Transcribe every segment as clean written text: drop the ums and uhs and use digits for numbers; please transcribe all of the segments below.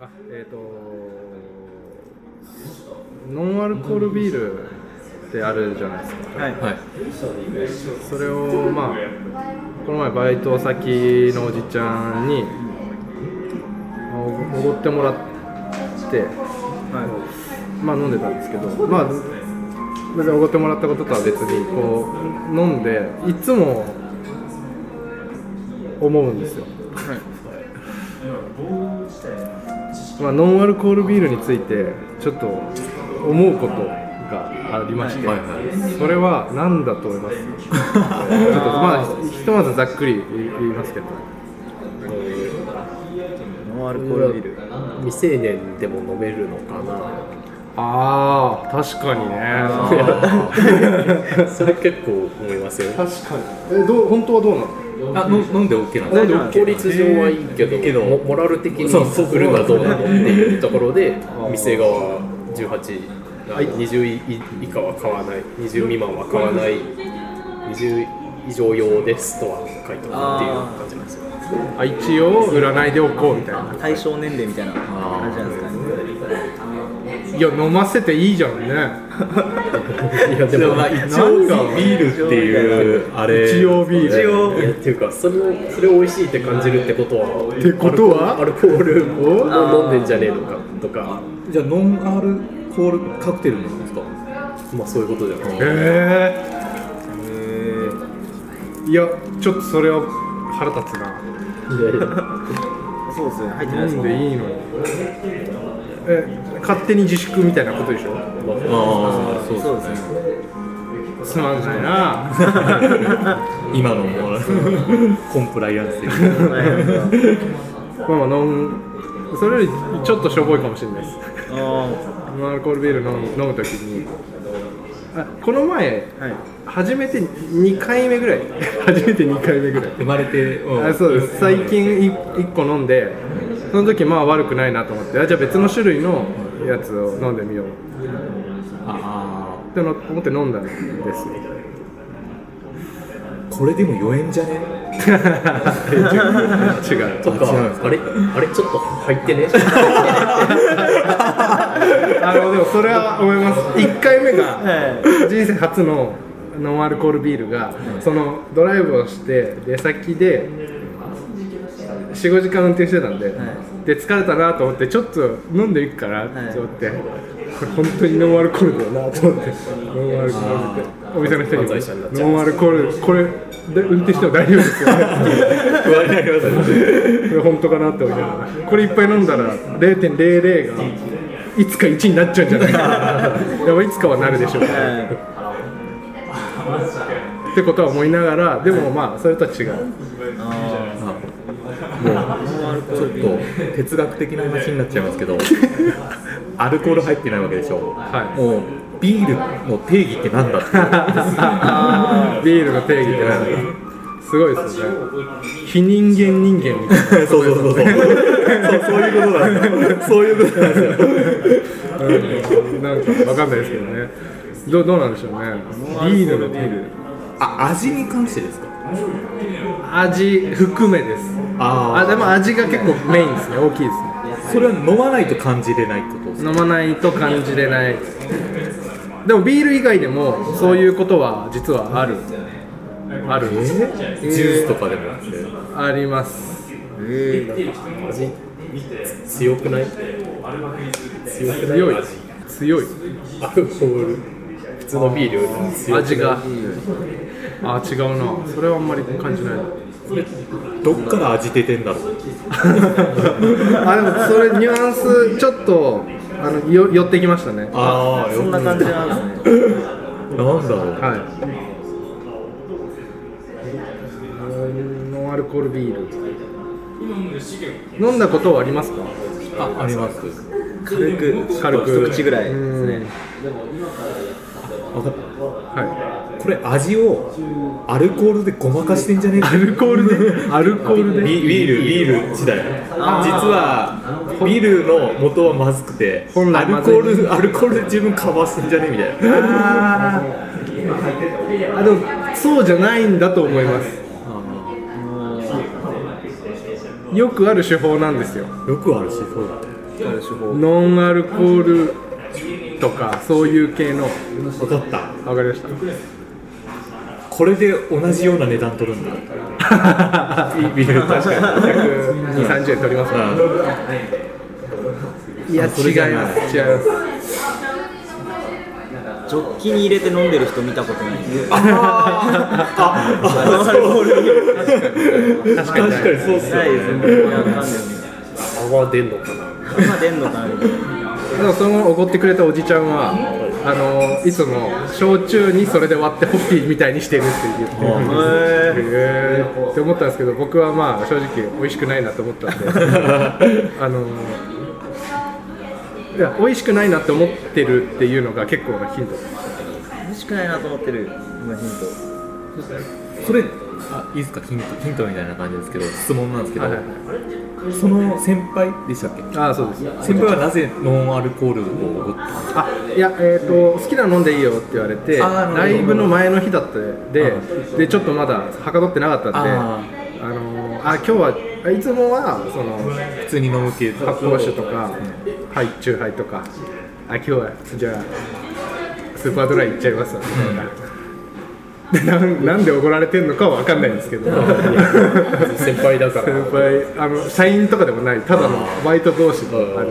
ノンアルコールビールってあるじゃないですか。 はいはい。 それをこの前バイト先のおじちゃんにおごってもらって、飲んでたんですけど、別におごってもらったこととは別にこう飲んでいつも思うんですよ。ノンアルコールビールについてちょっと思うことがありまして、それは何だと思います？ちょっとひとまずざっくり言いますけど、 ノンアルコールビール未成年でも飲めるのかな。 確かにね。 それ結構思いますよ。 確かに。本当はどうなの？ 飲んで OK なんですか？ 法律上はいいけど、モラル的に売るのはどうなのっていうところで、店側18、20以下は買わない、20未満は買わない、20以上用ですとは書いてあるっていう感じなんですよ。 一応売らないでおこうみたいな。 対象年齢みたいな感じなんですかね。 いや、飲ませていいじゃんね。いやでも一応ビールっていうあれ、 一応ビール。 いやっていうかそれを美味しいって感じるってことはアルコールを飲んでんじゃねえのかとか。 じゃあノンアルコールカクテルなんですか？ そういうことじゃない。 いや、ちょっとそれは腹立つな。 そうですね、入ってないです飲んでいいのに。勝手に自粛みたいなことでしょ？ そうですね。 すまんないな。 今のもコンプライアンス的それよりちょっとしょぼいかもしれないです。ノンアルコールビール飲むときに、この前、初めて2回目ぐらい生まれて、 そうです。最近1個飲んで、その時悪くないなと思って、じゃあ別の種類のやつを飲んでみようって思って飲んだんですよ。 これでも4円じゃね？ 違う。 とかあれちょっと入ってね。 でもそれは思います。1回目が人生初のノンアルコールビールが、そのドライブをして出先で 4,5 時間運転してたんで、で疲れたなと思ってちょっと飲んでいくからって思って、これ本当にノンアルコールだよなと思って、ノンアルコールってお店の人にノンアルコールこれで運転しても大丈夫ですよね。 不安になりますね。 これ本当かなって思いながら、これいっぱい飲んだら 0.00 がいつか1になっちゃうんじゃないかな。でもいつかはなるでしょうってことは思いながら、でもそれとは違う。 もうちょっと哲学的な話になっちゃいますけど、アルコール入ってないわけでしょ。もうビールの定義ってなんだってビールの定義ってなんだ。すごいですよね。非人間人間みたいな。 そういうことなんですよ。 なんかわかんないですけどね。どうなんでしょうね。ビールの定義。 味に関してですか？ 味含めです。でも味が結構メインですね。大きいですね。 それは飲まないと感じれないってことですか？ 飲まないと感じれない。でもビール以外でもそういうことは実はある。 ジュースとかでもあります。 味強くない？強い。アルコール普通のビールより強い。 味が違うな。それはあんまり感じない。 どっから味出てんだろう。 でもそれニュアンスちょっと寄ってきましたね。 そんな感じなんですね。 なんだろう。 ノンアルコールビール飲んだことはありますか？ あります。 軽く一口ぐらいですね。 これ味をアルコールでごまかしてんじゃねえか。 アルコールでビール自体実はビールの元はまずくてアルコールで十分カバーしてんじゃねえみたいな。 でもそうじゃないんだと思います。よくある手法なんですよ。 よくある手法だ。 ノンアルコールとかそういう系の。 分かった。 わかりました。 これで同じような値段取るんだ。ビール確かに 120、30円取りますね。いや、違います。 ジョッキに入れて飲んでる人見たことないんで。 確かにそうっすね。 泡出んのかな。 泡出んのかな。 でもそのおごってくれたおじちゃんはいつも焼酎にそれで割ってホッピーみたいにしてるって言ってって思ったんですけど、僕はまあ正直美味しくないなと思ったんでいや美味しくないなって思ってるっていうのが結構なヒント。 美味しくないなと思ってる今ヒント。 それいいですか、ヒントみたいな感じですけど、質問なんですけど、その先輩でしたっけ？ ああ、そうです。 先輩はなぜノンアルコールをおごったんですか？ いや、好きなの飲んでいいよって言われて、ライブの前の日だったでちょっとまだはかどってなかったんで、今日はいつもはその普通に飲む系、 発泡酒とか、はい、チューハイとか、今日はじゃあスーパードライ行っちゃいますみたいな。なんでおごられてるのかは分かんないんですけど先輩だから先輩社員とかでもない、ただのバイト同士のあれ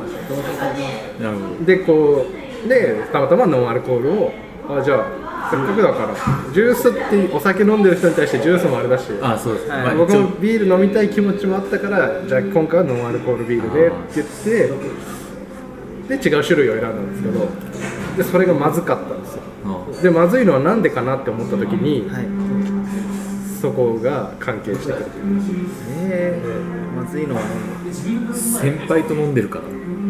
でこうでたまたまノンアルコールをじゃあせっかくだからジュースってお酒飲んでる人に対してジュースもあれだし、 そうです、 僕もビール飲みたい気持ちもあったから、じゃあ今回はノンアルコールビールでって言ってで違う種類を選んだんですけど、でそれがまずかったんですよ。でまずいのはなんでかなって思った時に、そこが関係してくる。 まずいのは先輩と飲んでるから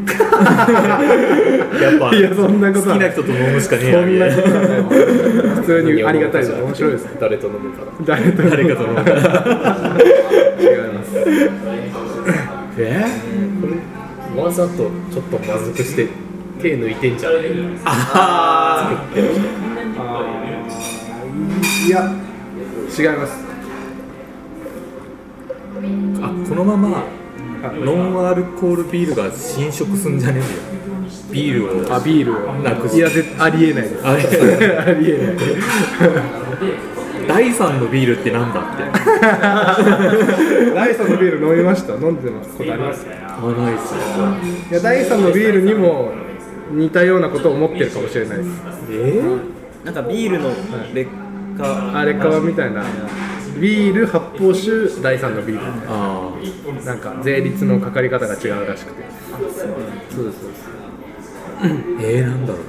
やっぱいやそんなこと好きな人と飲むしかねえな。 普通にありがたいです。面白いです。 誰と飲むから誰かと飲むから違います。 わざとちょっとまずくして手抜いてんじゃねえ。作ってる人。 いや違います。 このままノンアルコールビールが侵食すんじゃねえんだよ。ビールをなくす。 いやありえないです。ありえない。 第3のビールってなんだって。 第3のビール飲みました。飲んでますことあります？ ないっすよ。 いや第3のビールにも似たようなことを思ってるかもしれないです。 なんかビールの劣化劣化みたいな。ビール、発泡酒、第3のビール。なんか税率のかかり方が違うらしくて。そうです。 なんだろう。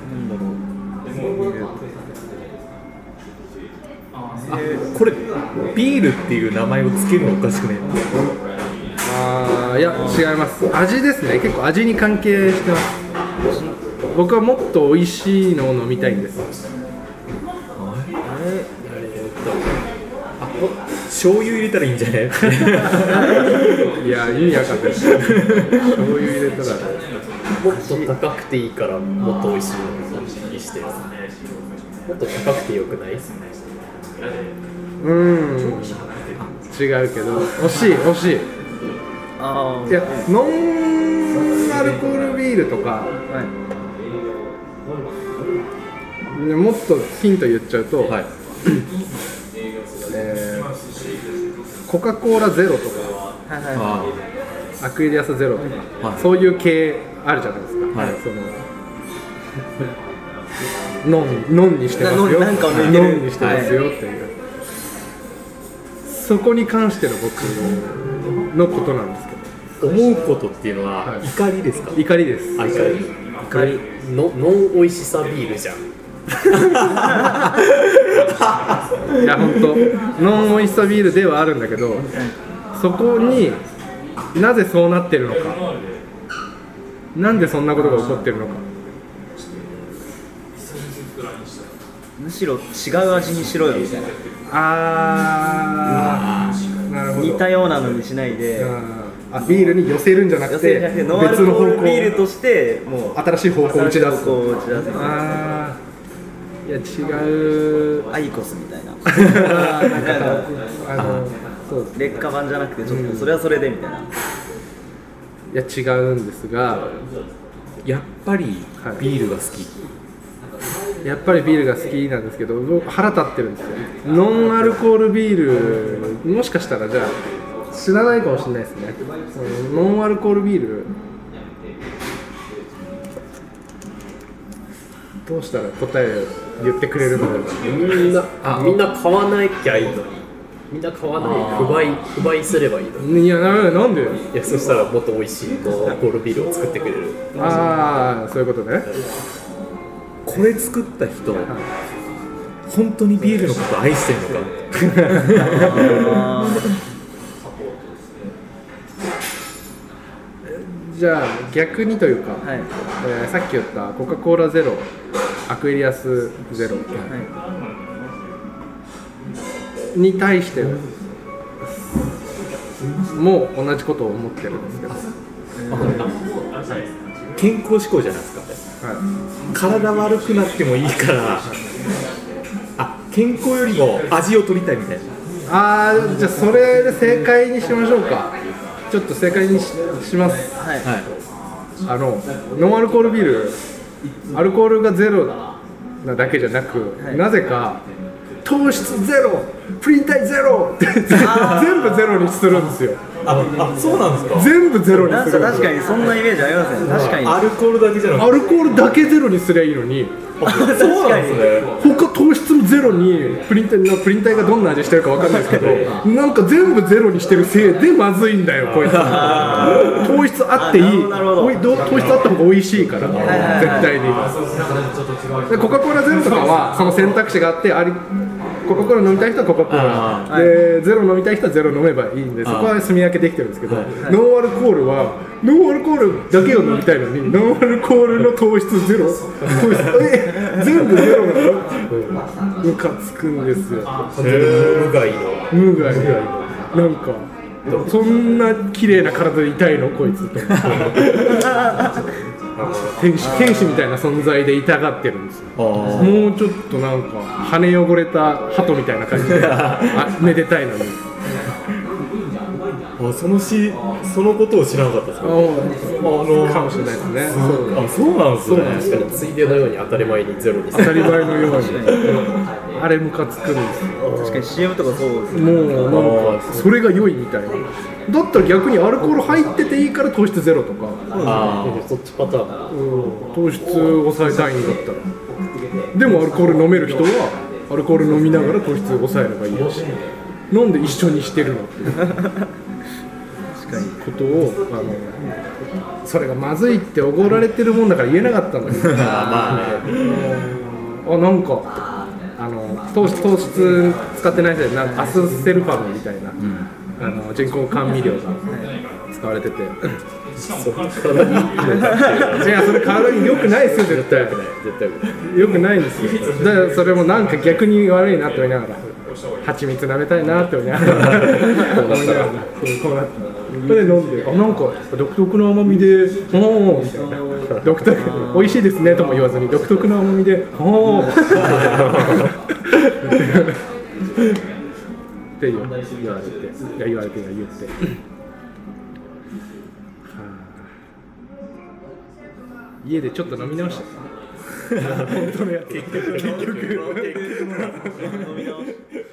これビールっていう名前をつけるのおかしくね？ いや違います。味ですね。結構味に関係してます。僕はもっと美味しいのを飲みたいんです。 醤油入れたらいいんじゃない？いや意味わかんない。醤油入れたらもっと高くていいからもっと美味しいのにしてる。もっと高くてよくない？ 違うけど惜しい。いやノンアルコールビールとか、もっとヒント言っちゃうと、コカ・コーラゼロとか、アクエリアスゼロとか、そういう系あるじゃないですか。ノンにしてますよ。ノンにしてますよっていう。そこに関しての僕のことなんですけど。思うことっていうのは怒りですか？ 怒りです。 怒り。ノン美味しさビールじゃん。 いや本当ノン美味しさビールではあるんだけど、そこになぜそうなってるのか、なんでそんなことが起こってるのか。 むしろ違う味にしろよみたいな。 なるほど。 似たようなのにしないで、 ビールに寄せるんじゃなくて別の方向、 ビールとしてもう新しい方向を打ち出す。いや違う。 アイコスみたいな。そう劣化版じゃなくてちょっとそれはそれでみたいな。 いや違うんですが、 やっぱりビールが好き、 やっぱりビールが好きなんですけど、腹立ってるんですよ。ノンアルコールビール、もしかしたらじゃあ知らないかもしれないですね。ノンアルコールビールどうしたら答えを言ってくれるのか。 みんな買わなきゃいいのに、みんな買わない、不買すればいいのに。 いやなんで？ いや、そしたらもっと美味しいノンアルコールビールを作ってくれる。 ああ、そういうことね。 これ作った人、本当にビールのこと愛してるのか。 じゃあ逆にというか、 はいさっき言ったコカ・コーラゼロ、アクエリアスゼロに対しても同じことを思ってるんですけど、 健康志向じゃないですか。体悪くなってもいいから、健康よりも味を取りたいみたいな。 じゃあそれで正解にしましょうか。ちょっと正解に します。 はいノンアルコールビール、アルコールがゼロなだけじゃなく、なぜか糖質ゼロ、プリン体ゼロって全部ゼロにするんですよ。 そうなんですか。 全部ゼロになんかする。 確かにそんなイメージありますね。確かにアルコールだけじゃなくて、 アルコールだけゼロにすりゃいいのに、 そうなんですね。 他糖質もゼロに、プリン体がどんな味してるかわかんないですけど、なんか全部ゼロにしてるせいでまずいんだよこいつ。糖質あっていい、 なるほど糖質あった方が美味しいから絶対に。でコカ・コーラゼロとかはその選択肢があって、コカ・コーラ飲みたい人はコカ・コーラで、ゼロ飲みたい人はゼロ飲めばいいんで、そこは住み分けできてるんですけど、ノンアルコールはノンアルコールだけを飲みたいのに、ノンアルコールの糖質ゼロ、全部ゼロなの。ムカつくんですよ。 無害の。 なんかそんな綺麗な体でいたいのこいつと思って天使みたいな存在でいたがってるんですよ。もうちょっとなんか羽汚れた鳩みたいな感じでめでたいのに。 そのことを知らなかったですか。 かもしれないですね。 そうなんですね。 ついでのように当たり前にゼロに当たり前のようにあれムカつくんですよ。 確かに CM とかそうですね。 もうなんかそれが良いみたいな。だったら逆にアルコール入ってていいから糖質ゼロとか、 そっちパターン。 糖質抑えたいんだったら。でもアルコール飲める人はアルコール飲みながら糖質抑えればいいし、なんで一緒にしてるのっていうことをそれがまずいっておごられてるもんだから言えなかったのに。なんか糖質使ってない人でアスセルファムみたいな、人工甘味料が使われてて、いやそれ体に良くないですよ、絶対良くないんですよ。だからそれもなんか逆に悪いなって思いながら、蜂蜜舐めたいなって思いながらこうなったそれで飲んで、なんか独特の甘みでみたいな、美味しいですねとも言わずに独特の甘みでって言われて家でちょっと飲み直した。本当のやつ。結局飲み直した。